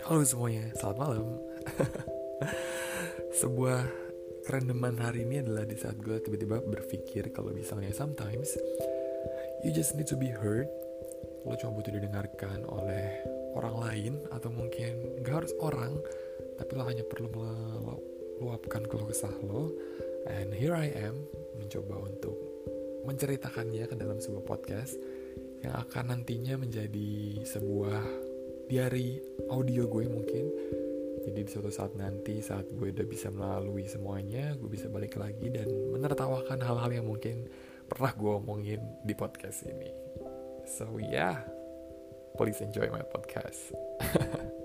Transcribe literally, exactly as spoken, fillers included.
Halo semuanya, selamat malam. Sebuah kerendeman hari ini adalah di saat gue tiba-tiba berpikir kalau misalnya sometimes you just need to be heard. Lo cuma butuh didengarkan oleh orang lain, atau mungkin gak harus orang, tapi lo hanya perlu meluapkan keluh kesah lo. And here I am, mencoba untuk menceritakannya ke dalam sebuah podcast yang akan nantinya menjadi sebuah diary audio gue mungkin. Jadi di suatu saat nanti, saat gue udah bisa melalui semuanya, gue bisa balik lagi dan menertawakan hal-hal yang mungkin pernah gue omongin di podcast ini. So yeah, please enjoy my podcast.